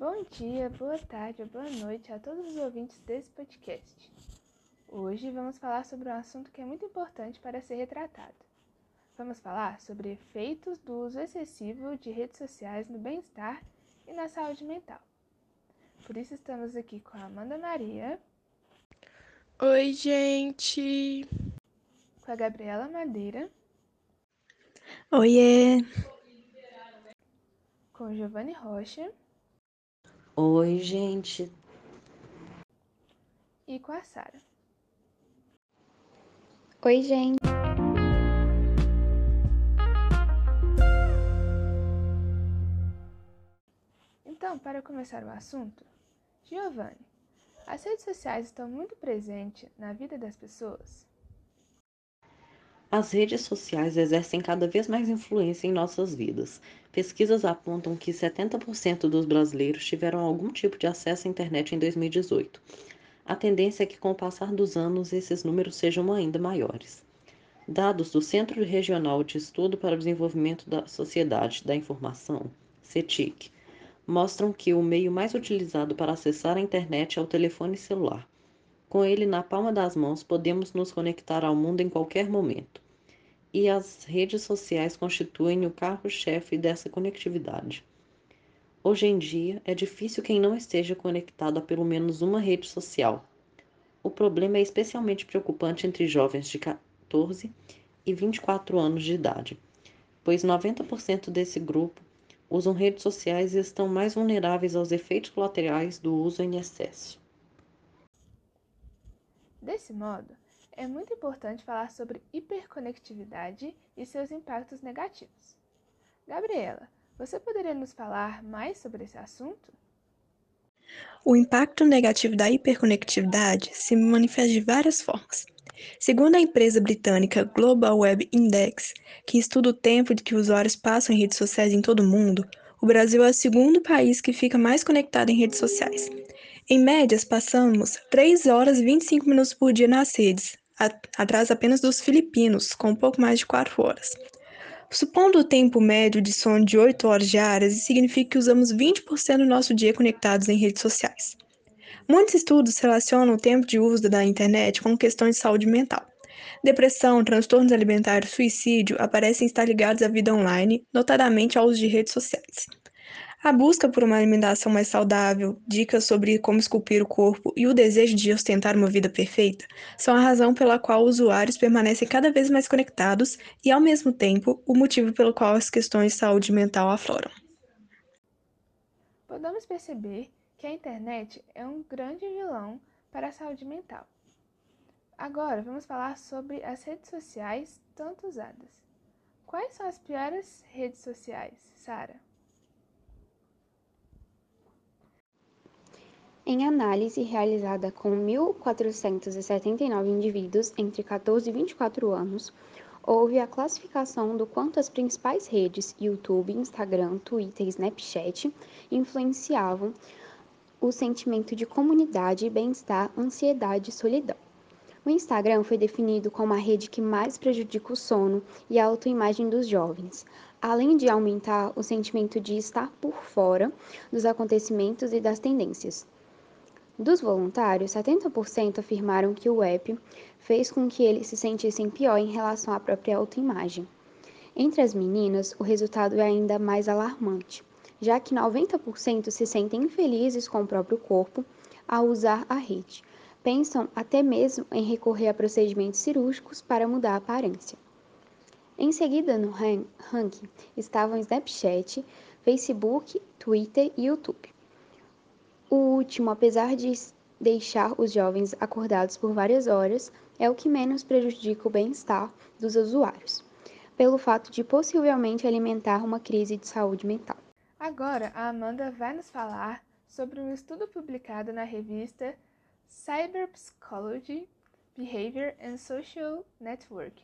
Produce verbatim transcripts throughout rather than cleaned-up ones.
Bom dia, boa tarde ou boa noite a todos os ouvintes desse podcast. Hoje vamos falar sobre um assunto que é muito importante para ser retratado. Vamos falar sobre efeitos do uso excessivo de redes sociais no bem-estar e na saúde mental. Por isso estamos aqui com a Amanda Maria. Oi, gente! Com a Gabriela Madeira. Oiê! Com o Giovanni Rocha. Oi, gente! E com a Sara. Oi, gente! Então, para começar o assunto, Giovanni, as redes sociais estão muito presentes na vida das pessoas? As redes sociais exercem cada vez mais influência em nossas vidas. Pesquisas apontam que setenta por cento dos brasileiros tiveram algum tipo de acesso à internet em dois mil e dezoito. A tendência é que, com o passar dos anos, esses números sejam ainda maiores. Dados do Centro Regional de Estudo para o Desenvolvimento da Sociedade da Informação, CETIC, mostram que o meio mais utilizado para acessar a internet é o telefone celular. Com ele na palma das mãos, podemos nos conectar ao mundo em qualquer momento. E as redes sociais constituem o carro-chefe dessa conectividade. Hoje em dia, é difícil quem não esteja conectado a pelo menos uma rede social. O problema é especialmente preocupante entre jovens de catorze e vinte e quatro anos de idade, pois noventa por cento desse grupo usam redes sociais e estão mais vulneráveis aos efeitos colaterais do uso em excesso. Desse modo, é muito importante falar sobre hiperconectividade e seus impactos negativos. Gabriela, você poderia nos falar mais sobre esse assunto? O impacto negativo da hiperconectividade se manifesta de várias formas. Segundo a empresa britânica Global Web Index, que estuda o tempo de que usuários passam em redes sociais em todo o mundo, o Brasil é o segundo país que fica mais conectado em redes sociais. Em média, passamos três horas e vinte e cinco minutos por dia nas redes, atrás apenas dos filipinos, com um pouco mais de quatro horas. Supondo o tempo médio de sono de oito horas diárias, isso significa que usamos vinte por cento do nosso dia conectados em redes sociais. Muitos estudos relacionam o tempo de uso da internet com questões de saúde mental. Depressão, transtornos alimentares e suicídio aparecem estar ligados à vida online, notadamente ao uso de redes sociais. A busca por uma alimentação mais saudável, dicas sobre como esculpir o corpo e o desejo de ostentar uma vida perfeita são a razão pela qual usuários permanecem cada vez mais conectados e, ao mesmo tempo, o motivo pelo qual as questões de saúde mental afloram. Podemos perceber que a internet é um grande vilão para a saúde mental. Agora vamos falar sobre as redes sociais tanto usadas. Quais são as piores redes sociais, Sara? Em análise realizada com mil quatrocentos e setenta e nove indivíduos entre catorze e vinte e quatro anos, houve a classificação do quanto as principais redes YouTube, Instagram, Twitter e Snapchat influenciavam o sentimento de comunidade, bem-estar, ansiedade e solidão. O Instagram foi definido como a rede que mais prejudica o sono e a autoimagem dos jovens, além de aumentar o sentimento de estar por fora dos acontecimentos e das tendências. Dos voluntários, setenta por cento afirmaram que o app fez com que eles se sentissem pior em relação à própria autoimagem. Entre as meninas, o resultado é ainda mais alarmante, já que noventa por cento se sentem infelizes com o próprio corpo ao usar a rede. Pensam até mesmo em recorrer a procedimentos cirúrgicos para mudar a aparência. Em seguida, no ranking, estavam Snapchat, Facebook, Twitter e YouTube. O último, apesar de deixar os jovens acordados por várias horas, é o que menos prejudica o bem-estar dos usuários, pelo fato de possivelmente alimentar uma crise de saúde mental. Agora, a Amanda vai nos falar sobre um estudo publicado na revista Cyberpsychology, Behavior and Social Networking.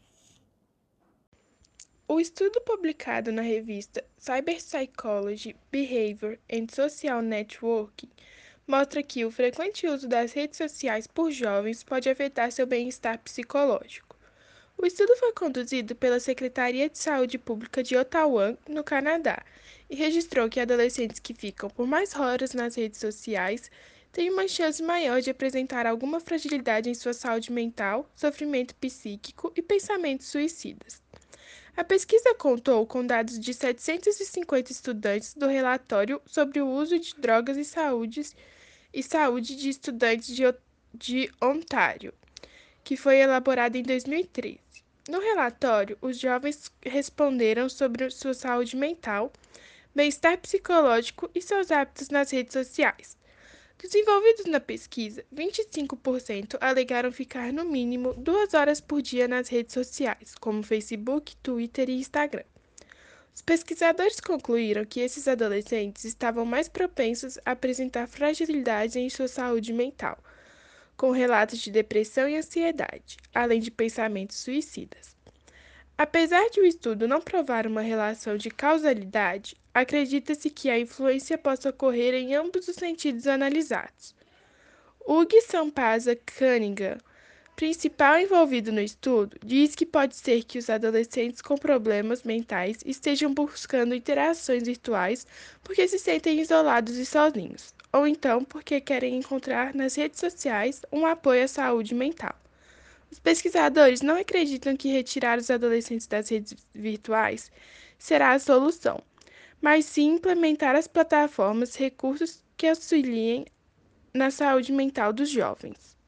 O estudo publicado na revista Cyberpsychology, Behavior and Social Networking mostra que o frequente uso das redes sociais por jovens pode afetar seu bem-estar psicológico. O estudo foi conduzido pela Secretaria de Saúde Pública de Ottawa, no Canadá, e registrou que adolescentes que ficam por mais horas nas redes sociais têm uma chance maior de apresentar alguma fragilidade em sua saúde mental, sofrimento psíquico e pensamentos suicidas. A pesquisa contou com dados de setecentos e cinquenta estudantes do relatório sobre o uso de drogas e saúde, e saúde de estudantes de, de Ontário, que foi elaborado em dois mil e treze. No relatório, os jovens responderam sobre sua saúde mental, bem-estar psicológico e seus hábitos nas redes sociais. Dos envolvidos na pesquisa, vinte e cinco por cento alegaram ficar no mínimo duas horas por dia nas redes sociais, como Facebook, Twitter e Instagram. Os pesquisadores concluíram que esses adolescentes estavam mais propensos a apresentar fragilidades em sua saúde mental, com relatos de depressão e ansiedade, além de pensamentos suicidas. Apesar de o estudo não provar uma relação de causalidade, acredita-se que a influência possa ocorrer em ambos os sentidos analisados. Hugo Sampaza Cunningham, principal envolvido no estudo, diz que pode ser que os adolescentes com problemas mentais estejam buscando interações virtuais porque se sentem isolados e sozinhos, ou então porque querem encontrar nas redes sociais um apoio à saúde mental. Os pesquisadores não acreditam que retirar os adolescentes das redes virtuais será a solução, mas sim implementar as plataformas recursos que auxiliem na saúde mental dos jovens.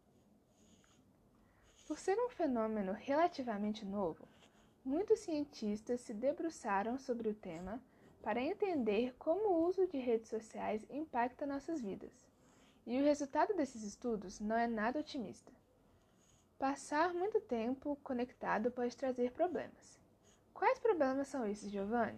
Por ser um fenômeno relativamente novo, muitos cientistas se debruçaram sobre o tema para entender como o uso de redes sociais impacta nossas vidas. E o resultado desses estudos não é nada otimista. Passar muito tempo conectado pode trazer problemas. Quais problemas são esses, Giovanni?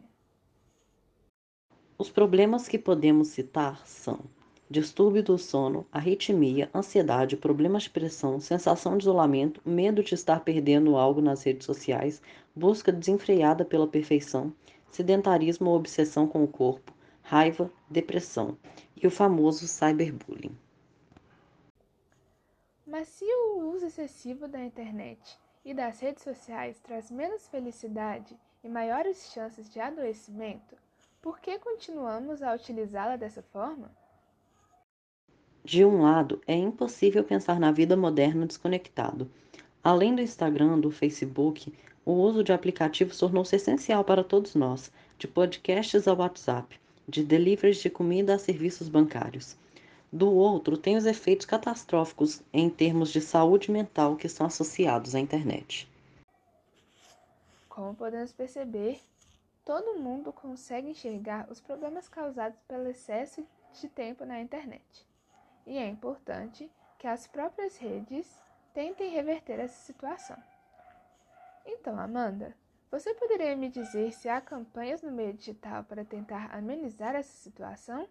Os problemas que podemos citar são distúrbio do sono, arritmia, ansiedade, problemas de pressão, sensação de isolamento, medo de estar perdendo algo nas redes sociais, busca desenfreada pela perfeição, sedentarismo ou obsessão com o corpo, raiva, depressão e o famoso cyberbullying. Mas se o uso excessivo da internet e das redes sociais traz menos felicidade e maiores chances de adoecimento, por que continuamos a utilizá-la dessa forma? De um lado, é impossível pensar na vida moderna desconectado. Além do Instagram, do Facebook, o uso de aplicativos tornou-se essencial para todos nós, de podcasts ao WhatsApp, de deliveries de comida a serviços bancários. Do outro, tem os efeitos catastróficos em termos de saúde mental que estão associados à internet. Como podemos perceber, todo mundo consegue enxergar os problemas causados pelo excesso de tempo na internet. E é importante que as próprias redes tentem reverter essa situação. Então, Amanda, você poderia me dizer se há campanhas no meio digital para tentar amenizar essa situação?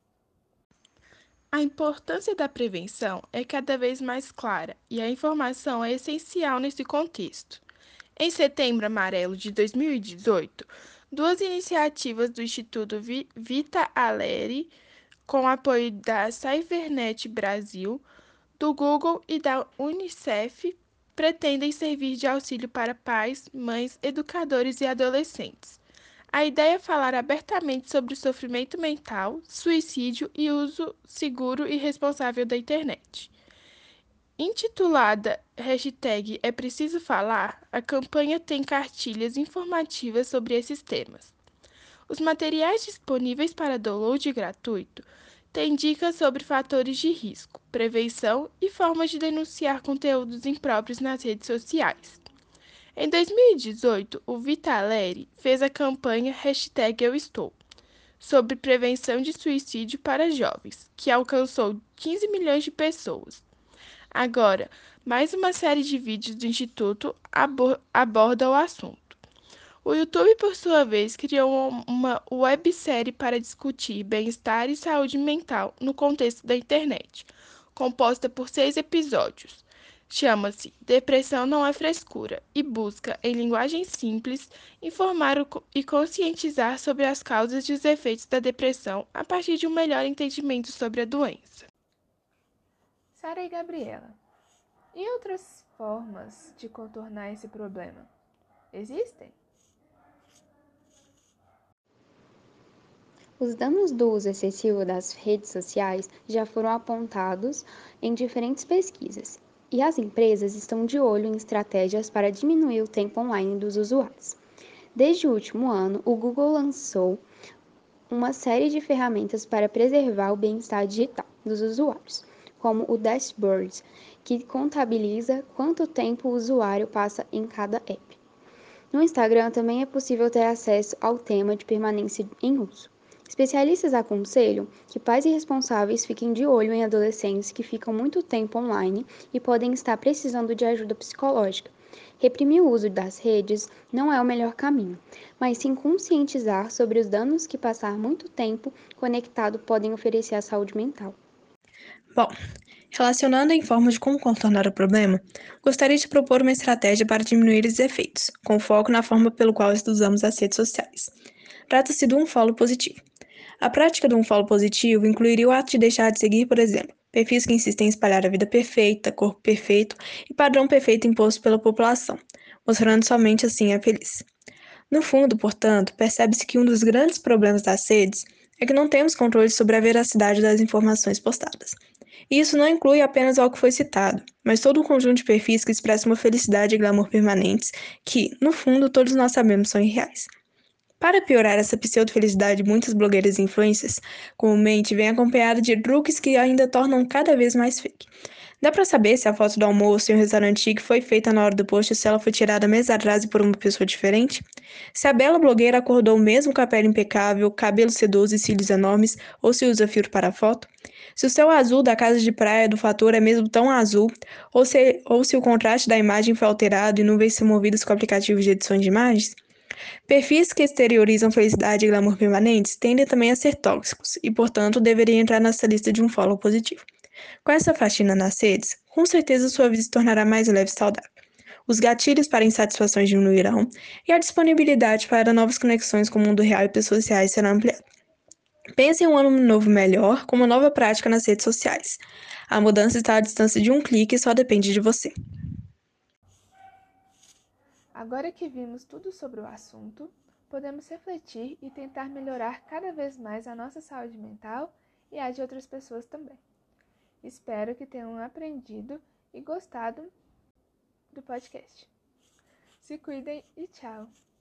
A importância da prevenção é cada vez mais clara e a informação é essencial nesse contexto. Em Setembro Amarelo de dois mil e dezoito, duas iniciativas do Instituto Vita Aleri, com apoio da Cybernet Brasil, do Google e da Unicef, pretendem servir de auxílio para pais, mães, educadores e adolescentes. A ideia é falar abertamente sobre o sofrimento mental, suicídio e uso seguro e responsável da internet. Intitulada hashtag É Preciso Falar, a campanha tem cartilhas informativas sobre esses temas. Os materiais disponíveis para download gratuito têm dicas sobre fatores de risco, prevenção e formas de denunciar conteúdos impróprios nas redes sociais. Em dois mil e dezoito, o Vitaleri fez a campanha hashtag Eu Estou, sobre prevenção de suicídio para jovens, que alcançou quinze milhões de pessoas. Agora, mais uma série de vídeos do Instituto aborda o assunto. O YouTube, por sua vez, criou uma websérie para discutir bem-estar e saúde mental no contexto da internet, composta por seis episódios. Chama-se Depressão Não é Frescura e busca, em linguagem simples, informar e conscientizar sobre as causas e os efeitos da depressão a partir de um melhor entendimento sobre a doença. Sara e Gabriela, e outras formas de contornar esse problema? Existem? Os danos do uso excessivo das redes sociais já foram apontados em diferentes pesquisas, e as empresas estão de olho em estratégias para diminuir o tempo online dos usuários. Desde o último ano, o Google lançou uma série de ferramentas para preservar o bem-estar digital dos usuários, como o Dashboard, que contabiliza quanto tempo o usuário passa em cada app. No Instagram também é possível ter acesso ao tema de permanência em uso. Especialistas aconselham que pais e responsáveis fiquem de olho em adolescentes que ficam muito tempo online e podem estar precisando de ajuda psicológica. Reprimir o uso das redes não é o melhor caminho, mas sim conscientizar sobre os danos que passar muito tempo conectado podem oferecer à saúde mental. Bom, relacionando em forma de como contornar o problema, gostaria de propor uma estratégia para diminuir os efeitos, com foco na forma pelo qual usamos as redes sociais. Trata-se de um follow positivo. A prática de um follow positivo incluiria o ato de deixar de seguir, por exemplo, perfis que insistem em espalhar a vida perfeita, corpo perfeito e padrão perfeito imposto pela população, mostrando somente assim a feliz. No fundo, portanto, percebe-se que um dos grandes problemas das redes é que não temos controle sobre a veracidade das informações postadas. E isso não inclui apenas algo que foi citado, mas todo um conjunto de perfis que expressam uma felicidade e glamour permanentes que, no fundo, todos nós sabemos são irreais. Para piorar essa pseudo-felicidade, muitas blogueiras e influencers comumente vêm acompanhadas de truques que ainda tornam cada vez mais fake. Dá pra saber se a foto do almoço em um restaurante chique foi feita na hora do post ou se ela foi tirada meses atrás e por uma pessoa diferente? Se a bela blogueira acordou mesmo com a pele impecável, cabelo sedoso e cílios enormes, ou se usa filtro para a foto? Se o céu azul da casa de praia do fator é mesmo tão azul, ou se, ou se o contraste da imagem foi alterado e nuvens são movidas com aplicativos de edição de imagens? Perfis que exteriorizam felicidade e glamour permanentes tendem também a ser tóxicos e, portanto, deveriam entrar nessa lista de um follow positivo. Com essa faxina nas redes, com certeza sua vida se tornará mais leve e saudável. Os gatilhos para insatisfações diminuirão e a disponibilidade para novas conexões com o mundo real e pessoas sociais será ampliada. Pense em um ano novo melhor com uma nova prática nas redes sociais. A mudança está à distância de um clique e só depende de você. Agora que vimos tudo sobre o assunto, podemos refletir e tentar melhorar cada vez mais a nossa saúde mental e a de outras pessoas também. Espero que tenham aprendido e gostado do podcast. Se cuidem e tchau!